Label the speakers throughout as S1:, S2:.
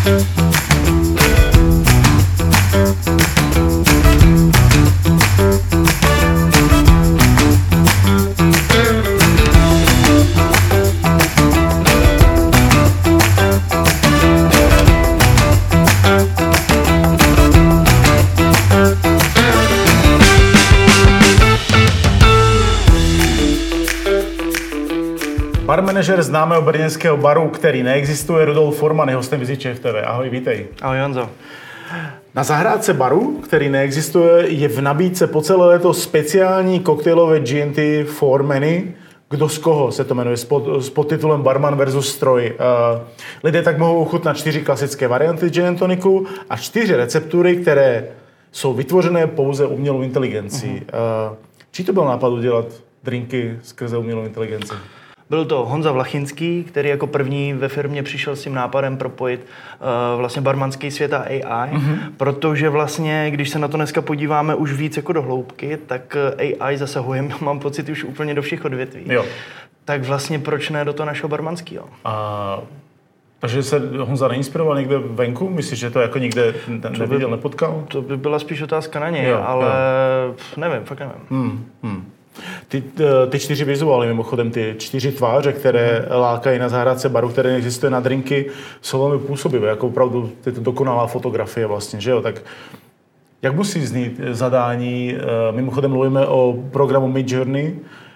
S1: Barmanažer známého brněnského baru, který neexistuje, Rudolf Forman, je hostem Vizi ČT. Ahoj, vítej.
S2: Ahoj, Honzo.
S1: Na zahrádce baru, který neexistuje, je v nabídce po celé léto speciální koktejlové G&T for Many. Kdo z koho se to jmenuje s podtitulem Barman versus stroj. Lidé tak mohou ochutnat 4 klasické varianty gin and tonicu a 4 receptury, které jsou vytvořené pouze umělou inteligencí. Čí to byl nápad udělat drinky skrze umělou inteligenci?
S2: Byl to Honza Vlachinský, který jako první ve firmě přišel s tím nápadem propojit vlastně barmanský svět a AI, protože vlastně, když se na to dneska podíváme už víc jako do hloubky, tak AI zasahuje, mám pocit, už úplně do všech odvětví.
S1: Jo.
S2: Tak vlastně proč ne do toho našeho barmanského?
S1: Takže se Honza neinspiroval někde venku? Myslíš, že to jako nikde neviděl, nepotkal?
S2: To by byla spíš otázka na něj, ale nevím, fakt nevím.
S1: Ty 4 vizuály, mimochodem ty 4 tváře, které lákají na zahrádce baru, které neexistuje na drinky, jsou velmi působivé, jako opravdu je to dokonalá fotografie vlastně, že jo, tak jak musí znít zadání, mimochodem mluvíme o programu Midjourney,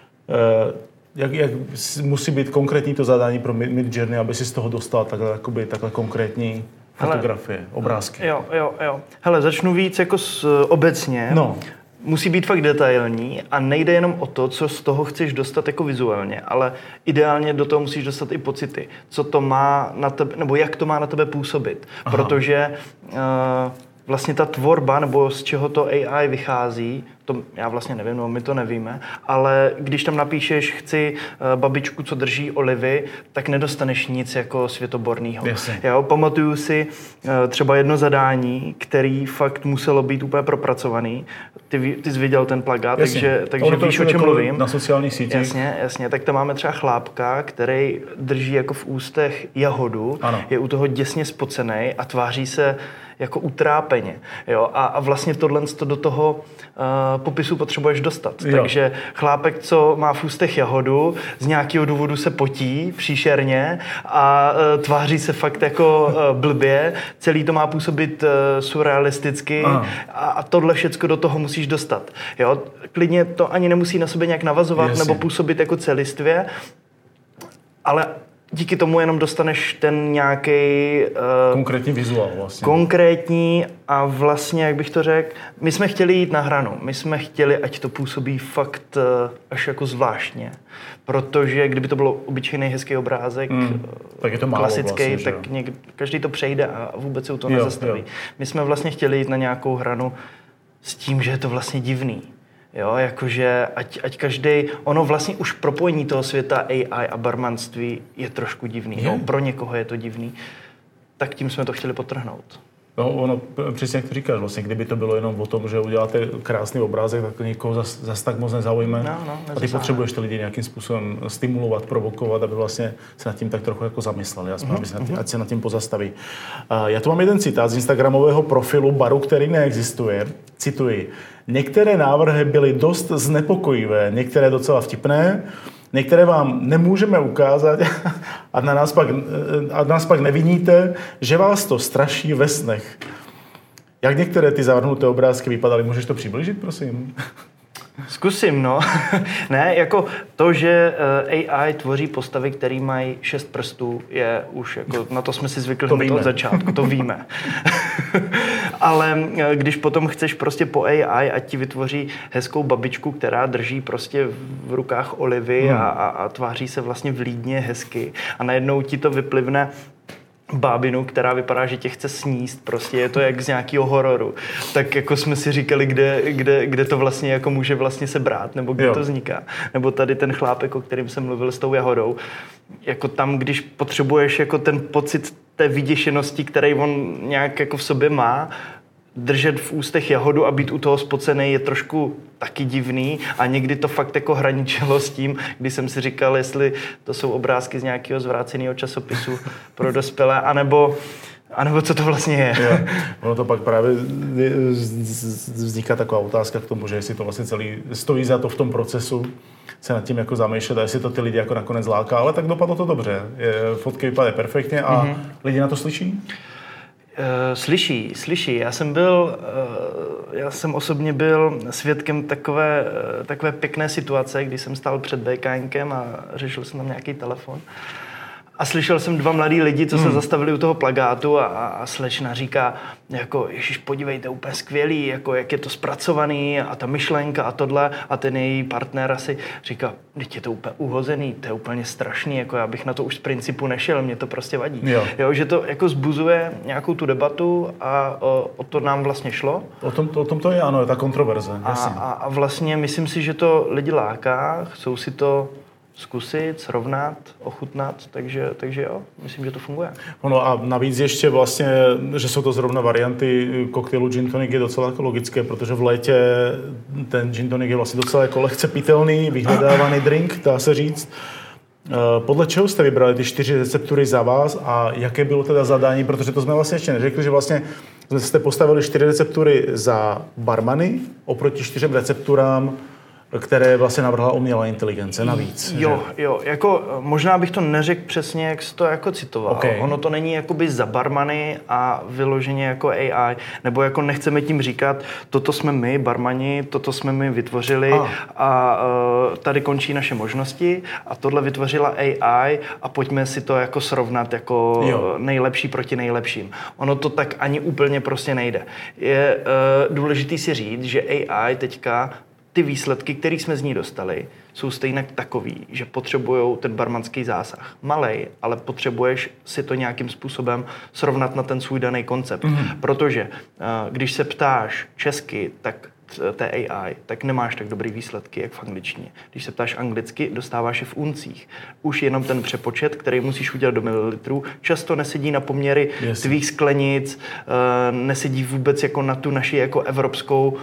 S1: jak musí být konkrétní to zadání pro Midjourney, aby si z toho dostal takhle konkrétní fotografie, obrázky?
S2: Jo. Hele, začnu víc jako obecně.
S1: No.
S2: Musí být fakt detailní a nejde jenom o to, co z toho chceš dostat jako vizuálně, ale ideálně do toho musíš dostat i pocity, co to má na tebe, nebo jak to má na tebe působit. Aha. Protože vlastně ta tvorba, nebo z čeho to AI vychází, to já vlastně nevím, no my to nevíme, ale když tam napíšeš, chci babičku, co drží olivy, tak nedostaneš nic jako světoborného. Jo, pamatuju si třeba jedno zadání, který fakt muselo být úplně propracovaný. Ty jsi viděl ten plakát, takže víš, o čem mluvím.
S1: Na sociálních sítích.
S2: Jasně, tak tam máme třeba chlápka, který drží jako v ústech jahodu, ano. Je u toho děsně spocenej a tváří se jako utrápeně. Jo? A vlastně tohle do toho popisu potřebuješ dostat. Jo. Takže chlápek, co má v ústech jahodu, z nějakého důvodu se potí příšerně a tváří se fakt jako blbě. Celý to má působit surrealisticky a tohle všecko do toho musíš dostat. Jo? Klidně to ani nemusí na sebe nějak navazovat nebo působit jako celistvě, ale díky tomu jenom dostaneš ten nějaký
S1: konkrétní vizuál vlastně.
S2: Konkrétní a vlastně, jak bych to řekl, my jsme chtěli jít na hranu. My jsme chtěli, ať to působí fakt až jako zvláštně. Protože kdyby to bylo obyčejný hezký obrázek,
S1: tak je to málo
S2: klasický,
S1: vlastně,
S2: tak každý to přejde a vůbec se u toho nezastaví. My jsme vlastně chtěli jít na nějakou hranu s tím, že je to vlastně divný. Jo, jakože ať každý, ono vlastně už propojení toho světa AI a barmanství je trošku divný. No, pro někoho je to divný. Tak tím jsme to chtěli podtrhnout.
S1: No, ono, přesně jak to říkáš, vlastně, kdyby to bylo jenom o tom, že uděláte krásný obrázek, tak někoho zas tak moc nezaujme. A ty potřebuješ ty lidi nějakým způsobem stimulovat, provokovat, aby vlastně se nad tím tak trochu jako zamysleli, ať se nad tím pozastaví. Já tu mám jeden citát z instagramového profilu baru, který neexistuje. Cituji. Některé návrhy byly dost znepokojivé, některé docela vtipné, některé vám nemůžeme ukázat a nás pak neviníte, že vás to straší ve snech. Jak některé ty zavrhnuté obrázky vypadaly? Můžeš to přiblížit, prosím?
S2: Zkusím, no. Ne, jako to, že AI tvoří postavy, které mají 6 prstů, je už, jako, na to jsme si zvykli od začátku, to víme. Ale když potom chceš prostě po AI, ať ti vytvoří hezkou babičku, která drží prostě v rukách olivy a tváří se vlastně vlídně hezky a najednou ti to vyplivne bábinu, která vypadá, že tě chce sníst, prostě je to jak z nějakého hororu. Tak jako jsme si říkali, kde to vlastně jako může vlastně se brát, nebo kde to vzniká. Nebo tady ten chlápek, o kterým jsem mluvil s tou jahodou, jako tam, když potřebuješ jako ten pocit té vyděšenosti, který on nějak jako v sobě má, držet v ústech jahodu a být u toho spocený je trošku taky divný a někdy to fakt jako hraničilo s tím, kdy jsem si říkal, jestli to jsou obrázky z nějakého zvráceného časopisu pro dospělé, anebo A nebo co to vlastně je.
S1: Jo. Ono to pak právě vzniká taková otázka k tomu, že jestli to vlastně celý stojí za to v tom procesu se nad tím jako zamýšlet a jestli to ty lidi jako nakonec láká, ale tak dopadlo to dobře. Fotky vypadají perfektně a lidi na to slyší?
S2: Slyší. Já jsem osobně byl svědkem takové pěkné situace, kdy jsem stál před BKNkem a řešil jsem tam nějaký telefon. A slyšel jsem 2 mladí lidi, co se zastavili u toho plakátu a slečna říká, jako ježiš, podívejte, úplně skvělý, jako jak je to zpracovaný a ta myšlenka a tohle. A ten její partner asi říká, teď je to úplně uhozený, to je úplně strašný, jako já bych na to už z principu nešel, mě to prostě vadí. Jo, že to jako zbuzuje nějakou tu debatu a o to nám vlastně šlo.
S1: O tom to je, ano, je ta kontroverze.
S2: A vlastně myslím si, že to lidi láká, chcou si to zkusit, srovnat, ochutnat, takže jo, myslím, že to funguje.
S1: No a navíc ještě vlastně, že jsou to zrovna varianty koktejlu gin tonic je docela jako logické, protože v létě ten gin tonic je vlastně docela jako lehce pitelný, vyhledávaný drink, dá se říct. Podle čeho jste vybrali ty 4 receptury za vás a jaké bylo teda zadání, protože to jsme vlastně ještě neřekli, že vlastně jste postavili 4 receptury za barmany oproti 4 recepturám, které vlastně navrhla umělá inteligence navíc.
S2: Jo, jako možná bych to neřekl přesně, jak jsi to jako citoval.
S1: Okay.
S2: Ono to není jakoby za barmany a vyloženě jako AI, nebo jako nechceme tím říkat, toto jsme my, barmani, toto jsme my vytvořili a tady končí naše možnosti a tohle vytvořila AI a pojďme si to jako srovnat jako nejlepší proti nejlepším. Ono to tak ani úplně prostě nejde. Je důležitý si říct, že AI teďka ty výsledky, které jsme z ní dostali, jsou stejně takový, že potřebujou ten barmanský zásah. Malej, ale potřebuješ si to nějakým způsobem srovnat na ten svůj daný koncept. Protože když se ptáš česky, tak té AI, tak nemáš tak dobrý výsledky, jak v angličtině. Když se ptáš anglicky, dostáváš je v uncích. Už jenom ten přepočet, který musíš udělat do mililitrů, často nesedí na poměry tvých sklenic, nesedí vůbec jako na tu naši jako evropskou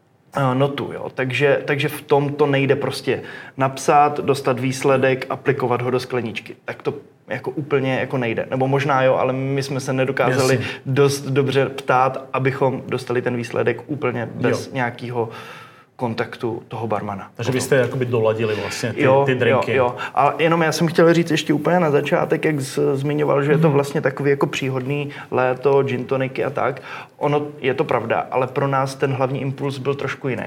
S2: notu, jo. Takže v tom to nejde prostě napsat, dostat výsledek, aplikovat ho do skleničky. Tak to jako úplně jako nejde. Nebo možná jo, ale my jsme se nedokázali dost dobře ptát, abychom dostali ten výsledek úplně bez nějakého kontaktu toho barmana.
S1: Takže vy jste jakoby doladili vlastně ty drinky.
S2: Jo. A jenom já jsem chtěl říct ještě úplně na začátek, jak zmiňoval, že je to vlastně takový jako příhodný léto, gin toniky a tak. Ono je to pravda, ale pro nás ten hlavní impuls byl trošku jiný.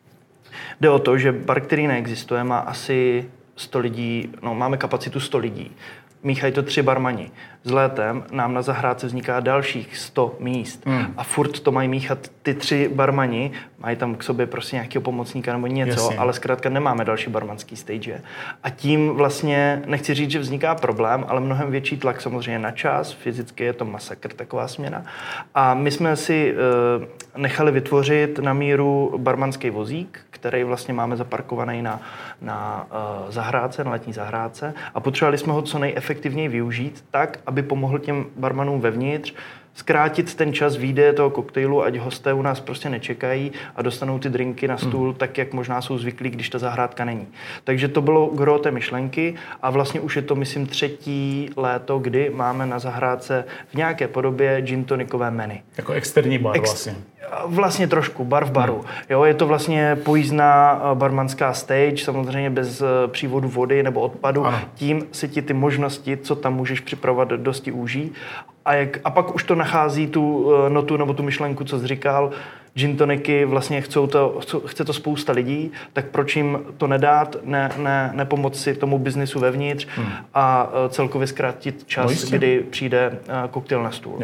S2: Jde o to, že bar, který neexistuje, má asi 100 lidí, máme kapacitu 100 lidí. Míchají to 3 barmani. S létem nám na zahrádce vzniká dalších 100 míst. A furt to mají míchat ty 3 barmani, mají tam k sobě prostě nějakého pomocníka nebo něco, ale zkrátka nemáme další barmanský stage. A tím vlastně, nechci říct, že vzniká problém, ale mnohem větší tlak samozřejmě na čas, fyzicky je to masakr, taková směna. A my jsme si nechali vytvořit na míru barmanský vozík, který vlastně máme zaparkovaný na zahrádce, na letní zahrádce a potřebovali jsme ho co nejefektivněji využít tak, aby pomohl těm barmanům vevnitř zkrátit ten čas výdeje toho koktejlu, ať hosté u nás prostě nečekají a dostanou ty drinky na stůl tak, jak možná jsou zvyklí, když ta zahrádka není. Takže to bylo gro té myšlenky a vlastně už je to, myslím, 3. léto, kdy máme na zahrádce v nějaké podobě gin tonikové menu.
S1: Jako externí bar vlastně.
S2: Vlastně trošku, bar v baru. Jo, je to vlastně pojízdná barmanská stage, samozřejmě bez přívodu vody nebo odpadu. Ano. Tím se ti ty možnosti, co tam můžeš připravovat, dosti úží. A pak už to nachází tu notu nebo tu myšlenku, co jsi říkal, gin toniky vlastně chce to spousta lidí, tak proč jim to nedát, nepomoct si tomu biznisu vevnitř a celkově zkrátit čas, kdy přijde koktejl na stůl.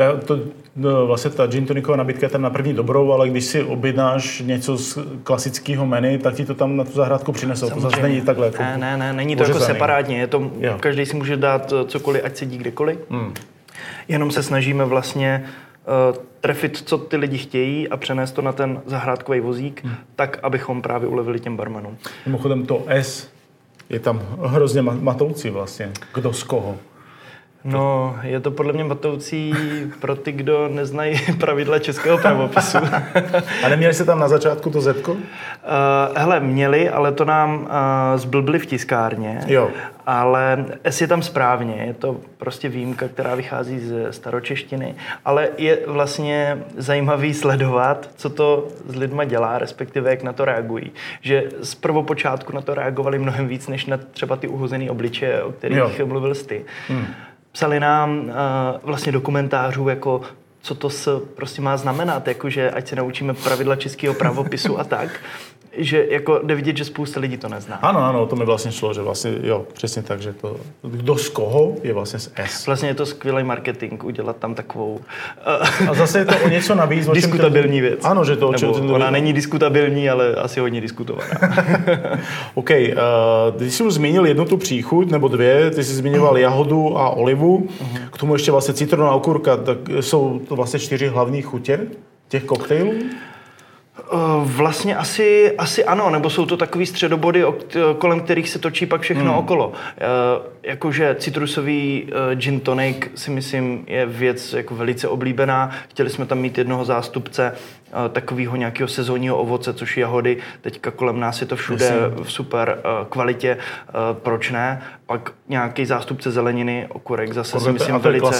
S1: Vlastně ta gin toniková nabídka je tam na první dobrou, ale když si objednáš něco z klasického menu, tak ti to tam na tu zahrádku přinesou. To zase není takhle jako
S2: Ne, není to jako separátně, je to, každý si může dát cokoliv, ať sedí kdekoliv. Jenom se snažíme vlastně trefit, co ty lidi chtějí a přenést to na ten zahrádkový vozík, tak, abychom právě ulevili těm barmanům.
S1: Mimochodem to S je tam hrozně matoucí vlastně. Kdo z koho?
S2: No, je to podle mě matoucí pro ty, kdo neznají pravidla českého pravopisu.
S1: A neměli jste tam na začátku to zetko?
S2: Hele, měli, ale to nám zblbli v tiskárně.
S1: Jo.
S2: Ale S je tam správně, je to prostě výjimka, která vychází ze staročeštiny, ale je vlastně zajímavý sledovat, co to s lidma dělá, respektive jak na to reagují. Že z prvopočátku na to reagovali mnohem víc, než na třeba ty uhozený obličeje, o kterých mluvil ty. Psali nám vlastně do komentářů, jako co to prostě má znamenat, jakože ať se naučíme pravidla českého pravopisu a tak. Že jako jde vidět, že spousta lidí to nezná.
S1: Ano, to mi vlastně šlo, že vlastně, jo, přesně tak, že to, kdo z koho je vlastně z S.
S2: Vlastně je to skvělý marketing, udělat tam takovou...
S1: A zase je to o něco navíc.
S2: Diskutabilní věc.
S1: Ano, že to...
S2: Ona není diskutabilní, ale asi hodně diskutovaná.
S1: OK, ty jsi už zmínil jednu tu příchuť, nebo dvě, ty jsi zmiňoval jahodu a olivu, k tomu ještě vlastně citron a okurka, tak jsou to vlastně 4 hlavní chutě těch koktejlů?
S2: Vlastně asi ano, nebo jsou to takový středobody, kolem kterých se točí pak všechno okolo. Jakože citrusový gin tonic si myslím je věc jako velice oblíbená. Chtěli jsme tam mít jednoho zástupce takového nějakého sezónního ovoce, což je jahody. Teďka kolem nás je to všude v super kvalitě. Proč ne? Pak nějaký zástupce zeleniny, okurek zase si myslím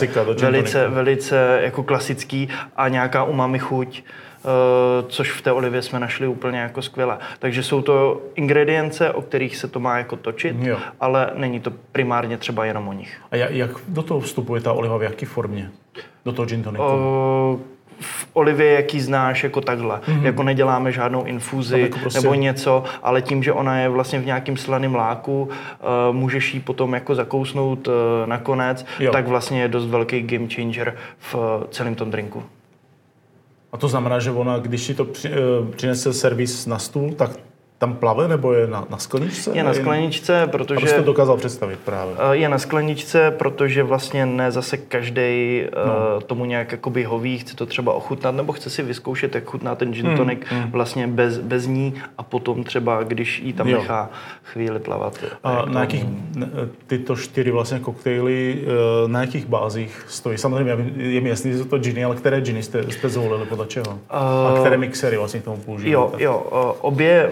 S2: velice jako klasický a nějaká umami chuť. Což v té olivě jsme našli úplně jako skvěle. Takže jsou to ingredience, o kterých se to má jako točit, ale není to primárně třeba jenom o nich.
S1: A jak do toho vstupuje ta oliva, v jaké formě? Do toho gin tonicu?
S2: V olivě, jaký znáš, jako takhle. Jako neděláme žádnou infuzi jako prostě... nebo něco, ale tím, že ona je vlastně v nějakým slaným mláku, můžeš ji potom jako zakousnout nakonec, tak vlastně je dost velký game changer v celém tom drinku.
S1: A to znamená, že ona, když si to přinese servis na stůl, tak tam plave, nebo je na skleničce?
S2: Je na skleničce, protože...
S1: Abys to dokázal představit právě.
S2: Je na skleničce, protože vlastně ne zase každý tomu nějak jakoby hoví, chce to třeba ochutnat, nebo chce si vyzkoušet, jak chutná ten gin tonic vlastně bez ní a potom třeba, když jí tam nechá chvíli plavat.
S1: A na jakých tyto 4 vlastně koktejly, na jakých bázích stojí? Samozřejmě je mi jasný, že jsou to giny, ale které giny jste zvolili, podle čeho? A které mixery vlastně k tomu používáte?
S2: Obě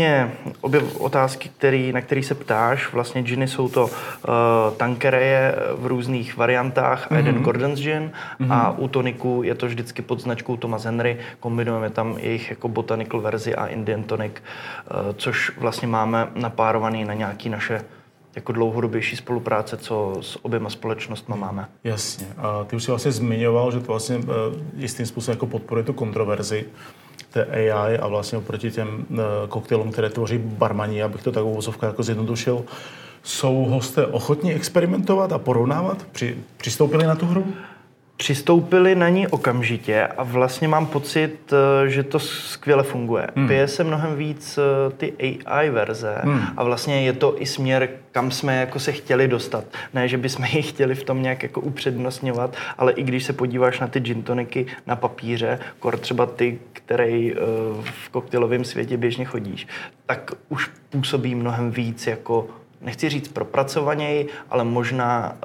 S2: otázky, na které se ptáš, vlastně giny jsou to Tanqueray v různých variantách a jeden Gordon's gin a u toniku je to vždycky pod značkou Thomas Henry, kombinujeme tam jejich jako botanical verzi a Indian tonic, což vlastně máme napárovaný na nějaký naše jako dlouhodobější spolupráce, co s oběma společnostmi máme.
S1: Jasně. A ty už si vlastně zmiňoval, že to vlastně jistým způsobem jako podporuje tu kontroverzi té AI a vlastně oproti těm koktejlům, které tvoří barmani, abych to tak uvozovka jako zjednodušil. Jsou hosté ochotní experimentovat a porovnávat? Přistoupili na tu hru?
S2: Přistoupili na ní okamžitě a vlastně mám pocit, že to skvěle funguje. Pije se mnohem víc ty AI verze a vlastně je to i směr, kam jsme jako se chtěli dostat. Ne, že bychom ji chtěli v tom nějak jako upřednostňovat, ale i když se podíváš na ty gin toniky na papíře, kor třeba ty, který v koktejlovém světě běžně chodíš, tak už působí mnohem víc jako, nechci říct propracovaněji, ale možná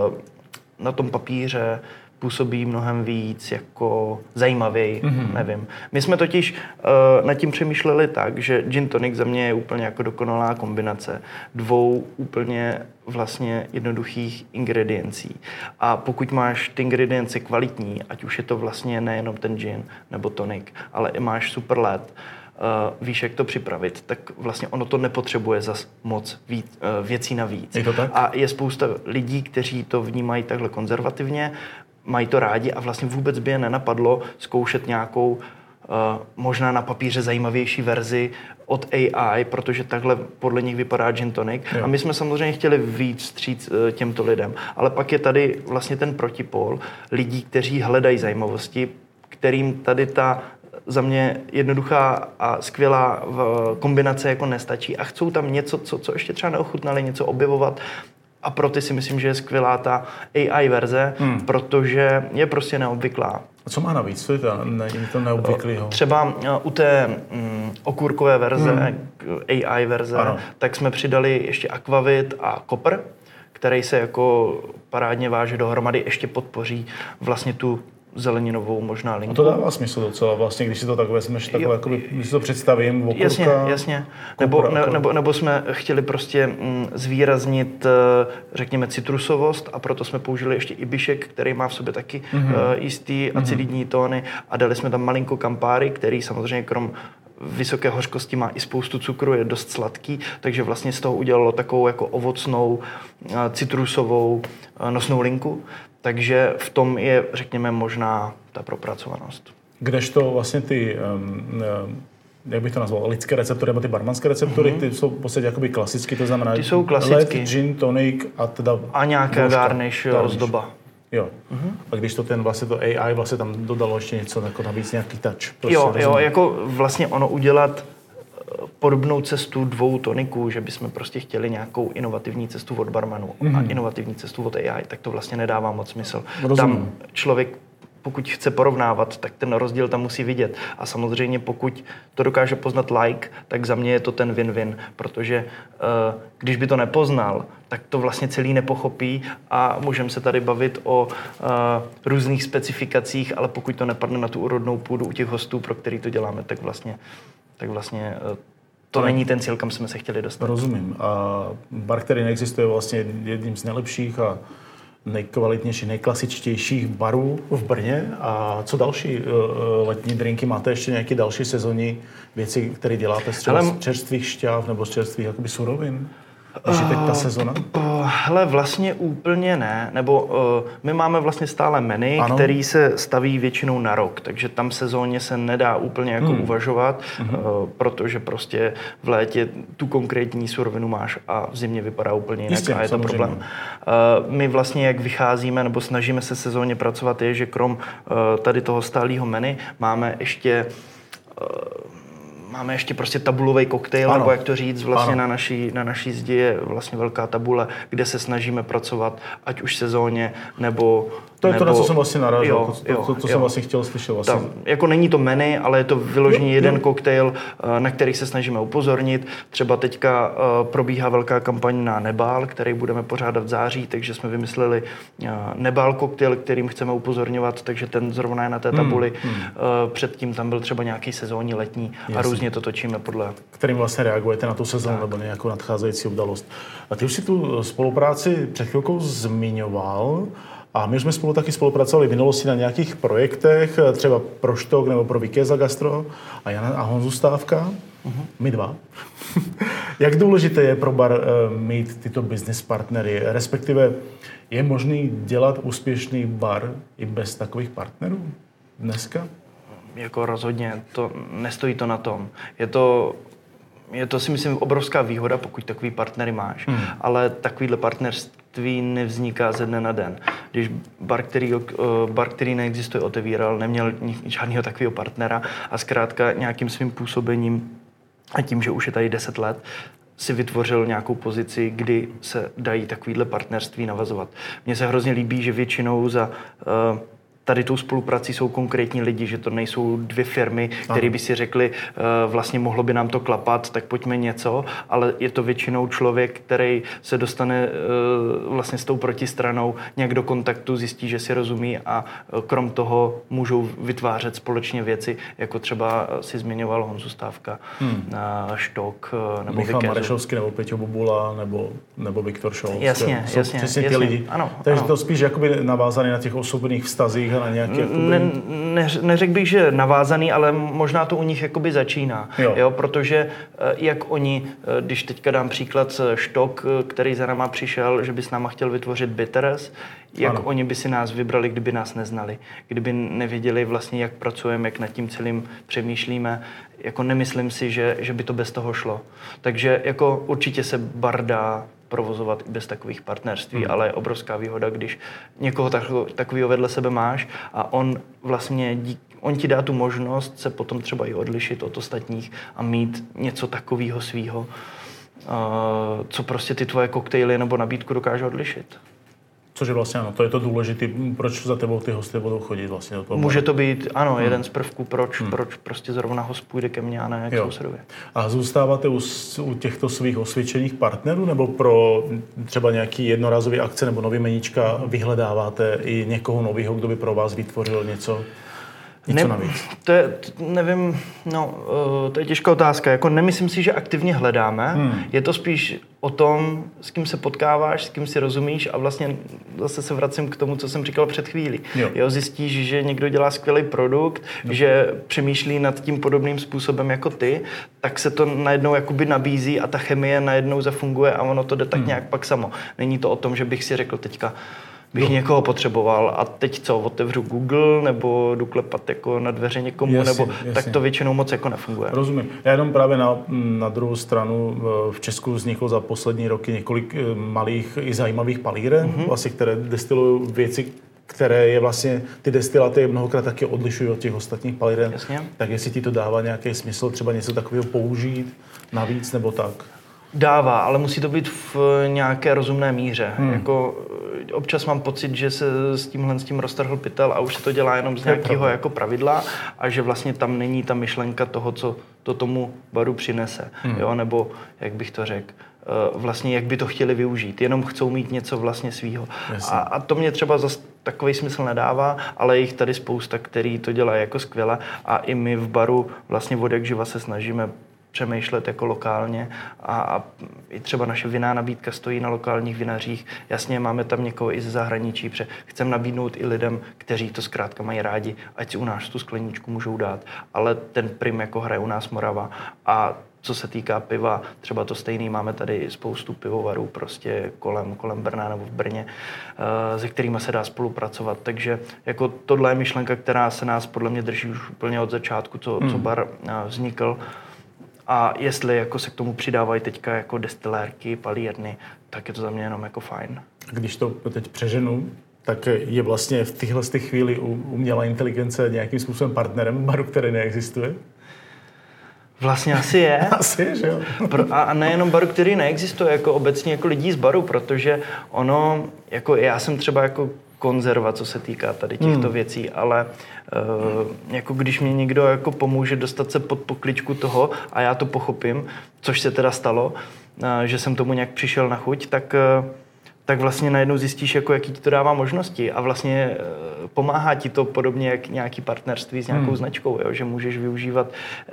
S2: na tom papíře působí mnohem víc jako zajímavěji, nevím. My jsme totiž nad tím přemýšleli tak, že gin tonic za mě je úplně jako dokonalá kombinace 2 úplně vlastně jednoduchých ingrediencí. A pokud máš ty ingredience kvalitní, ať už je to vlastně nejenom ten gin nebo tonic, ale i máš super led, víš, jak to připravit, tak vlastně ono to nepotřebuje zas moc věcí navíc.
S1: Je to tak?
S2: A je spousta lidí, kteří to vnímají takhle konzervativně, mají to rádi a vlastně vůbec by je nenapadlo zkoušet nějakou možná na papíře zajímavější verzi od AI, protože takhle podle nich vypadá gin tonic. A my jsme samozřejmě chtěli víc vstříc těmto lidem. Ale pak je tady vlastně ten protipol lidí, kteří hledají zajímavosti, kterým tady ta za mě jednoduchá a skvělá kombinace jako nestačí a chcou tam něco, co ještě třeba neochutnali, něco objevovat. A pro ty si myslím, že je skvělá ta AI verze, protože je prostě neobvyklá.
S1: A co má navíc? Co je to neobvyklého?
S2: Třeba u té okurkové verze, AI verze, tak jsme přidali ještě akvavit a kopr, který se jako parádně váže dohromady, ještě podpoří vlastně tu zeleninovou možná linku.
S1: A to dává smysl docela vlastně, když si to tak vezmeš, takhle, jakoby, když si to představím, okurka.
S2: Jasně. Nebo jsme chtěli prostě zvýraznit, řekněme, citrusovost a proto jsme použili ještě ibišek, který má v sobě taky jistý acidní tóny a dali jsme tam malinko Campari, který samozřejmě krom vysoké hořkosti má i spoustu cukru, je dost sladký, takže vlastně z toho udělalo takovou jako ovocnou, citrusovou nosnou linku. Takže v tom je, řekněme, možná ta propracovanost.
S1: Kdežto vlastně ty, jak bych to nazval, lidské receptory, nebo ty barmanské receptory, ty jsou v podstatě jakoby klasicky, to znamená
S2: ty jsou klasicky.
S1: Led, gin, tonic a teda...
S2: A nějaká garnish, ozdoba.
S1: Jo. A když to vlastně to AI vlastně tam dodalo ještě něco jako navíc, nějaký touch.
S2: Prostě jo, jako vlastně ono udělat podobnou cestu 2 toniků, že bychom prostě chtěli nějakou inovativní cestu od barmanů a inovativní cestu od AI, tak to vlastně nedává moc smysl.
S1: Rozumím.
S2: Tam člověk, pokud chce porovnávat, tak ten rozdíl tam musí vidět. A samozřejmě pokud to dokáže poznat tak za mě je to ten win-win, protože když by to nepoznal, tak to vlastně celý nepochopí a můžeme se tady bavit o různých specifikacích, ale pokud to nepadne na tu úrodnou půdu u těch hostů, pro který to děláme, tak vlastně to není ten cíl, kam jsme se chtěli dostat.
S1: Rozumím. A bar, který neexistuje, vlastně jedním z nejlepších a nejkvalitnějších, nejklasičtějších barů v Brně. A co další letní drinky? Máte ještě nějaké další sezónní věci, které děláte třeba z čerstvých šťáv nebo z čerstvých jakoby surovin? Když je teď ta sezona?
S2: Hele, vlastně úplně ne, nebo my máme vlastně stále menu, který se staví většinou na rok, takže tam sezóně se nedá úplně jako uvažovat, protože prostě v létě tu konkrétní surovinu máš a v zimě vypadá úplně jinak. Jistě, a je to problém. My vlastně jak vycházíme nebo snažíme se sezóně pracovat je, že krom tady toho stálého menu máme ještě prostě tabulový koktejl, nebo jak to říct, vlastně na naší zdi je vlastně velká tabule, kde se snažíme pracovat, ať už sezóně, nebo...
S1: To je to, na co jsem vlastně narážel, to jsem vlastně chtěl slyšet. Vlastně.
S2: Tam, jako není to menu, ale je to vyloženě jeden koktejl, na který se snažíme upozornit. Třeba teďka probíhá velká kampaň na Nebál, který budeme pořádat v září, takže jsme vymysleli Nebál koktejl, kterým chceme upozorňovat, takže ten zrovna je na té tabuli. Předtím tam byl třeba nějaký sezónní letní a různě to točíme podle...
S1: Kterým vlastně reagujete na tu sezónu nebo nějakou nadcházející událost. A ty už si tu spolupráci před chvilkou zmiňoval. A my jsme spolu taky spolupracovali v minulosti na nějakých projektech, třeba pro Štok nebo pro Vikeza Gastro a Jana a Honzu Stávka. My dva. Jak důležité je pro bar mít tyto business partnery? Respektive je možný dělat úspěšný bar i bez takových partnerů dneska?
S2: Jako rozhodně, nestojí to na tom. Je to si myslím obrovská výhoda, pokud takový partnery máš, ale takovýhle partnerství nevzniká ze dne na den. Když bar, který neexistuje, otevíral, neměl žádného takového partnera a zkrátka nějakým svým působením a tím, že už je tady 10 let, si vytvořil nějakou pozici, kdy se dají takovýhle partnerství navazovat. Mně se hrozně líbí, že většinou za tady tou spoluprací jsou konkrétní lidi, že to nejsou 2 firmy, které by si řekli, vlastně mohlo by nám to klapat, tak pojďme něco, ale je to většinou člověk, který se dostane vlastně s tou protistranou nějak do kontaktu, zjistí, že si rozumí a krom toho můžou vytvářet společně věci, jako třeba si zmiňoval Honzu Stávka, Štok, nebo
S1: Michal Marešovský, nebo Peťo Bubula, nebo Viktor Scholz.
S2: Jasně.
S1: Přesně ty lidi. Takže to spíš jakoby navázané na těch osobních vztazích a na nějaké...
S2: Neřekl bych, že navázaný, ale možná to u nich jakoby začíná. Jo, protože jak oni, když teďka dám příklad Štok, který za náma přišel, že by s náma chtěl vytvořit Bitters, jak oni by si nás vybrali, kdyby nás neznali, kdyby nevěděli vlastně, jak pracujeme, jak nad tím celým přemýšlíme. Jako nemyslím si, že by to bez toho šlo. Takže jako určitě se bar dá provozovat i bez takových partnerství, ale je obrovská výhoda, když někoho takového vedle sebe máš a on vlastně on ti dá tu možnost se potom třeba i odlišit od ostatních a mít něco takového svýho, co prostě ty tvoje koktejly nebo nabídku dokáže odlišit.
S1: Což je vlastně ano, to je to důležité, proč za tebou ty hosty budou chodit vlastně do toho.
S2: Může to být, ano, jeden z prvků, proč prostě zrovna host půjde ke mně a ne k sousedovi.
S1: A zůstáváte u těchto svých osvědčených partnerů, nebo pro třeba nějaký jednorázový akce nebo nový meníčka vyhledáváte i někoho nového, kdo by pro vás vytvořil něco navíc?
S2: Nevím, to je těžká otázka. Jako nemyslím si, že aktivně hledáme. Je to spíš o tom, s kým se potkáváš, s kým si rozumíš a vlastně zase se vracím k tomu, co jsem říkal před chvílí. Jo, zjistíš, že někdo dělá skvělý produkt, že přemýšlí nad tím podobným způsobem jako ty, tak se to najednou jakoby nabízí a ta chemie najednou zafunguje a ono to jde tak nějak pak samo. Není to o tom, že bych si řekl teďka, bych někoho potřeboval a teď co, otevřu Google nebo jdu klepat jako na dveře někomu, jasně. Tak to většinou moc jako nefunguje.
S1: Rozumím. Já jenom právě na druhou stranu v Česku vzniklo za poslední roky několik malých i zajímavých palíren, vlastně, které destilují věci, které je vlastně, ty destiláty mnohokrát taky odlišují od těch ostatních palíren.
S2: Jasně.
S1: Tak jestli ti to dává nějaký smysl, třeba něco takového použít navíc nebo tak?
S2: Dává, ale musí to být v nějaké rozumné míře. Jako občas mám pocit, že se s tím roztrhl pytel a už se to dělá jenom z nějakého jako pravidla a že vlastně tam není ta myšlenka toho, co to tomu baru přinese. Jo? Nebo, jak bych to řekl, vlastně jak by to chtěli využít. Jenom chcou mít něco vlastně svýho. A to mě třeba zase takový smysl nedává, ale je jich tady spousta, který to dělají jako skvěle a i my v baru vlastně od jak živa se snažíme přemýšlet jako lokálně a i třeba naše vinná nabídka stojí na lokálních vinařích. Jasně, máme tam někoho i ze zahraničí, protože chceme nabídnout i lidem, kteří to zkrátka mají rádi, ať si u nás tu skleničku můžou dát, ale ten prim jako hraje u nás Morava. A co se týká piva, třeba to stejný, máme tady spoustu pivovarů prostě kolem Brna nebo v Brně, se kterými se dá spolupracovat. Takže jako tohle je myšlenka, která se nás podle mě drží už úplně od začátku, co bar vznikl. A jestli jako se k tomu přidávají teďka jako destilérky, palírny, tak je to za mě jenom jako fajn.
S1: Když to teď přeženu, tak je vlastně v téhle chvíli umělá inteligence nějakým způsobem partnerem baru, který neexistuje?
S2: Vlastně asi je.
S1: Asi, že jo.
S2: A nejenom baru, který neexistuje, jako obecně jako lidí z baru, protože ono, jako já jsem třeba jako konzerva, co se týká tady těchto věcí, ale jako když mě někdo jako pomůže dostat se pod pokličku toho a já to pochopím, což se teda stalo, že jsem tomu nějak přišel na chuť, tak vlastně najednou zjistíš, jako, jaký ti to dává možnosti a vlastně pomáhá ti to podobně jak nějaký partnerství s nějakou značkou, jo? Že můžeš využívat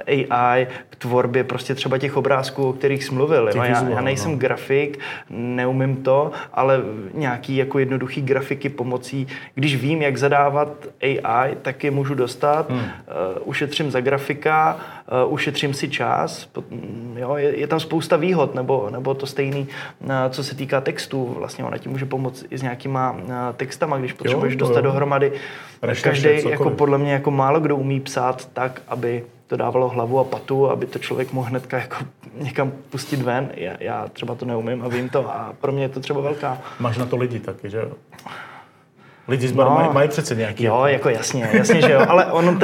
S2: AI k tvorbě prostě třeba těch obrázků, o kterých jsi mluvil. Jo? Já nejsem grafik, neumím to, ale nějaký jako jednoduchý grafiky pomocí, když vím, jak zadávat AI, tak je můžu dostat, ušetřím za grafika, ušetřím si čas, jo? Je tam spousta výhod, nebo to stejný, co se týká textů, vlastně ona ti může pomoct i s nějakýma textama, když potřebuješ dostat dohromady. Každý, jako podle mě, jako málo kdo umí psát tak, aby to dávalo hlavu a patu, aby to člověk mohl hnedka jako někam pustit ven. Já třeba to neumím a vím to a pro mě je to třeba velká.
S1: Máš na to lidi taky, že jo? Lidi z baru mají přece nějaký...
S2: Jo, jako jasně, že jo, ale on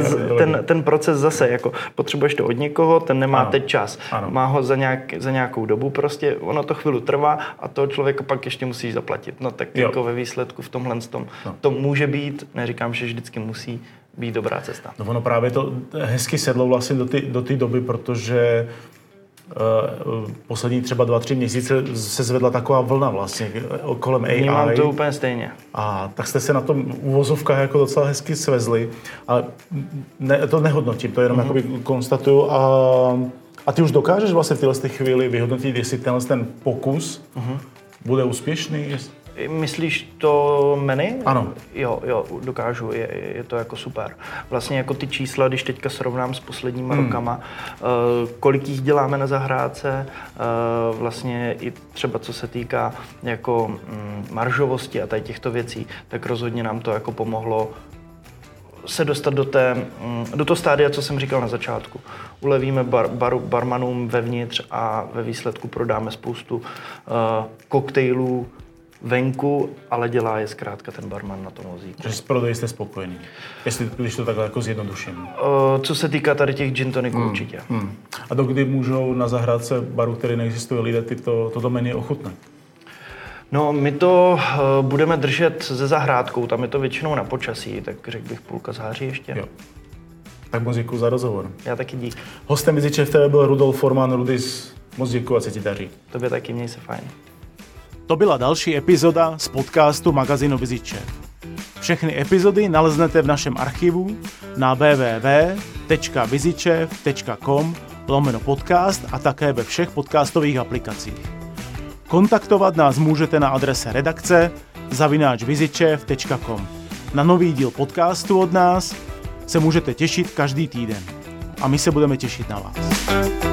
S2: ten proces zase, jako potřebuješ to od někoho, ten nemá teď čas. Ano. Má ho za nějakou dobu prostě, ono to chvíli trvá a toho člověka pak ještě musíš zaplatit. No tak jako ve výsledku v tomhle to může být, neříkám, že vždycky musí být dobrá cesta.
S1: No ono právě to hezky sedlo vlastně do té doby, protože poslední třeba 2-3 měsíce se zvedla taková vlna vlastně kolem AI.
S2: Vnímám to úplně stejně.
S1: A tak jste se na tom uvozovkách jako docela hezky svezli, ale to nehodnotím, to jenom jakoby konstatuju a ty už dokážeš vlastně v této chvíli vyhodnotit, jestli ten pokus bude úspěšný?
S2: Myslíš to menu?
S1: Ano.
S2: Jo, dokážu, je to jako super. Vlastně jako ty čísla, když teďka srovnám s posledníma rokama, kolik jich děláme na zahrádce, vlastně i třeba co se týká jako maržovosti a tady těchto věcí, tak rozhodně nám to jako pomohlo se dostat do toho stádia, co jsem říkal na začátku. Ulevíme barmanům vevnitř a ve výsledku prodáme spoustu koktejlů venku, ale dělá je zkrátka ten barman na tom vozíku.
S1: Takže s prodeji jste spokojený, když to takhle jako zjednoduším.
S2: Co se týká tady těch gin toniků určitě.
S1: A dokdy můžou na zahrádce baru, který neexistuje, lidé toto menu ochutnat?
S2: No, my to budeme držet se zahrádkou, tam je to většinou na počasí, tak řekl bych půlka září ještě.
S1: Jo. Tak moc děkuji za rozhovor.
S2: Já taky dík.
S1: Hostem VizitChef TV byl Rudolf Forman. Rudis, moc děkuji a se ti daří.
S2: Tobě taky, měj se fajn.
S1: To byla další epizoda z podcastu magazínu VizitChef. Všechny epizody naleznete v našem archivu na www.vizitchef.com/podcast a také ve všech podcastových aplikacích. Kontaktovat nás můžete na adrese redakce @vizitchef.com. Na nový díl podcastu od nás se můžete těšit každý týden. A my se budeme těšit na vás.